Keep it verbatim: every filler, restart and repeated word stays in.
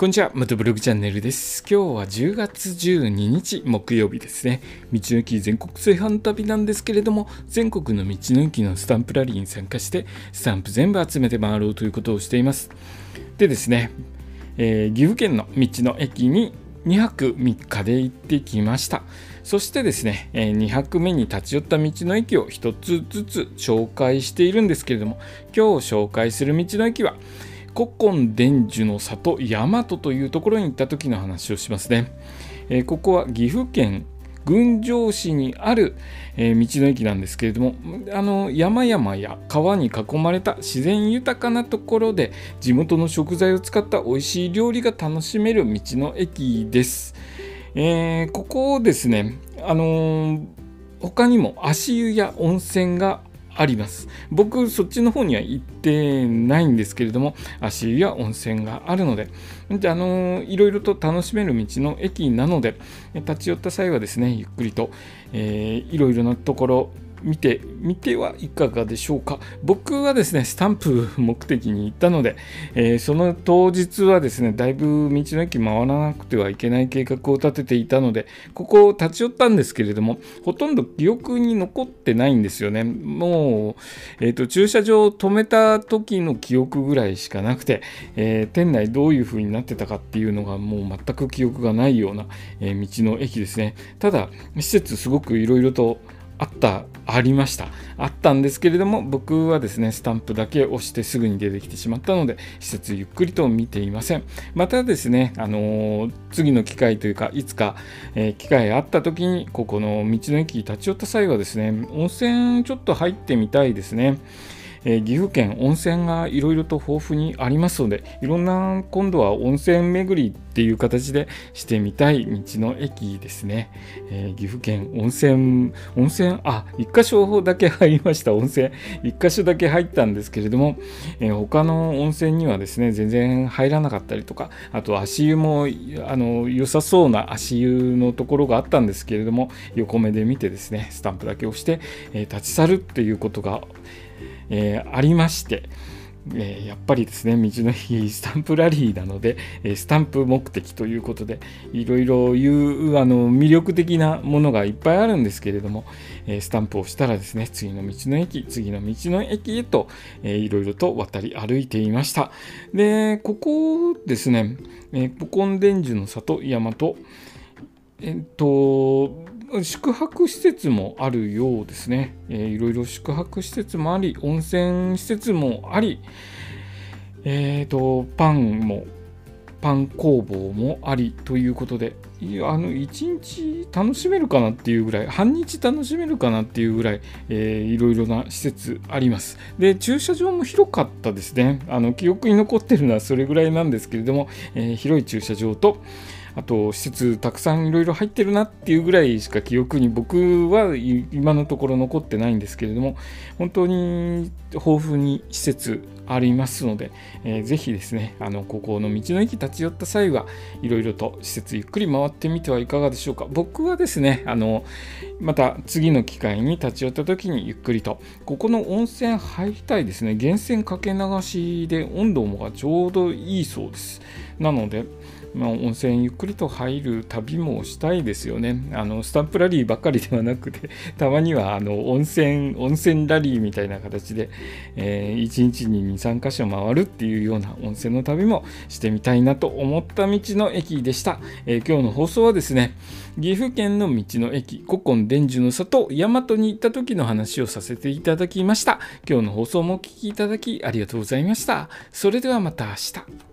こんにちは、元ブログチャンネルです。今日はじゅうがつじゅうににち木曜日ですね。道の駅全国炊飯旅なんですけれども、全国の道の駅のスタンプラリーに参加して、スタンプ全部集めて回ろうということをしています。でですね、えー、岐阜県の道の駅ににはくみっかで行ってきました。そしてですね、にはくめに立ち寄った道の駅をひとつずつ紹介しているんですけれども、今日紹介する道の駅は古今伝授の里大和というところに行った時の話をしますね。えー、ここは岐阜県郡上市にある、えー、道の駅なんですけれども、あの山々や川に囲まれた自然豊かなところで地元の食材を使った美味しい料理が楽しめる道の駅です。えー、ここですね、あのー、他にも足湯や温泉があります。僕そっちの方には行ってないんですけれども、足湯や温泉があるので、であのいろいろと楽しめる道の駅なので、立ち寄った際はですね、ゆっくりと、えー、いろいろなところ見てみてはいかがでしょうか。僕はですね、スタンプ目的に行ったので、えー、その当日はですね、だいぶ道の駅回らなくてはいけない計画を立てていたので、ここを立ち寄ったんですけれども、ほとんど記憶に残ってないんですよね。もう、えーと、駐車場を止めた時の記憶ぐらいしかなくて、えー、店内どういう風になってたかっていうのがもう全く記憶がないような、えー、道の駅ですね。ただ、施設すごくいろいろとあったありましたあったんですけれども、僕はですねスタンプだけ押してすぐに出てきてしまったので、施設ゆっくりと見ていません。またですね、あのー、次の機会というかいつか、えー、機会あった時にここの道の駅立ち寄った際はですね、温泉ちょっと入ってみたいですね。えー、岐阜県温泉がいろいろと豊富にありますので、いろんな今度は温泉巡りっていう形でしてみたい道の駅ですね。えー、岐阜県温泉温泉あ一箇所だけ入りました。温泉一箇所だけ入ったんですけれども、えー、他の温泉にはですね全然入らなかったりとか、あと足湯もあの良さそうな足湯のところがあったんですけれども、横目で見てですねスタンプだけ押して、えー、立ち去るっていうことがえー、ありまして、えー、やっぱりですね道の駅スタンプラリーなので、えー、スタンプ目的ということでいろいろいうあの魅力的なものがいっぱいあるんですけれども、えー、スタンプをしたらですね次の道の駅次の道の駅へと、えー、いろいろと渡り歩いていました。でここですね、えー、古今伝授の里大和、えっと宿泊施設もあるようですね、えー、いろいろ宿泊施設もあり、温泉施設もあり、えーと、パンも、パン工房もありということで、いやあのいちにち楽しめるかなっていうぐらい、半日楽しめるかなっていうぐらい、えー、いろいろな施設あります。で、駐車場も広かったですね。あの記憶に残ってるのはそれぐらいなんですけれども、えー、広い駐車場と、あと施設たくさんいろいろ入ってるなっていうぐらいしか記憶に僕は今のところ残ってないんですけれども、本当に豊富に施設ありますので、えー、ぜひですねあのここの道の駅立ち寄った際はいろいろと施設ゆっくり回ってみてはいかがでしょうか。僕はですねあのまた次の機会に立ち寄った時にゆっくりとここの温泉入りたいですね。源泉かけ流しで温度もがちょうどいいそうです。なのでまあ、温泉ゆっくりと入る旅もしたいですよね。あのスタンプラリーばっかりではなくて、たまにはあの温泉温泉ラリーみたいな形で、えー、いちにちににさんかしょ回るっていうような温泉の旅もしてみたいなと思った道の駅でした。えー、今日の放送はですね、岐阜県の道の駅古今伝授の里大和に行った時の話をさせていただきました。今日の放送もお聞きいただきありがとうございました。それではまた明日。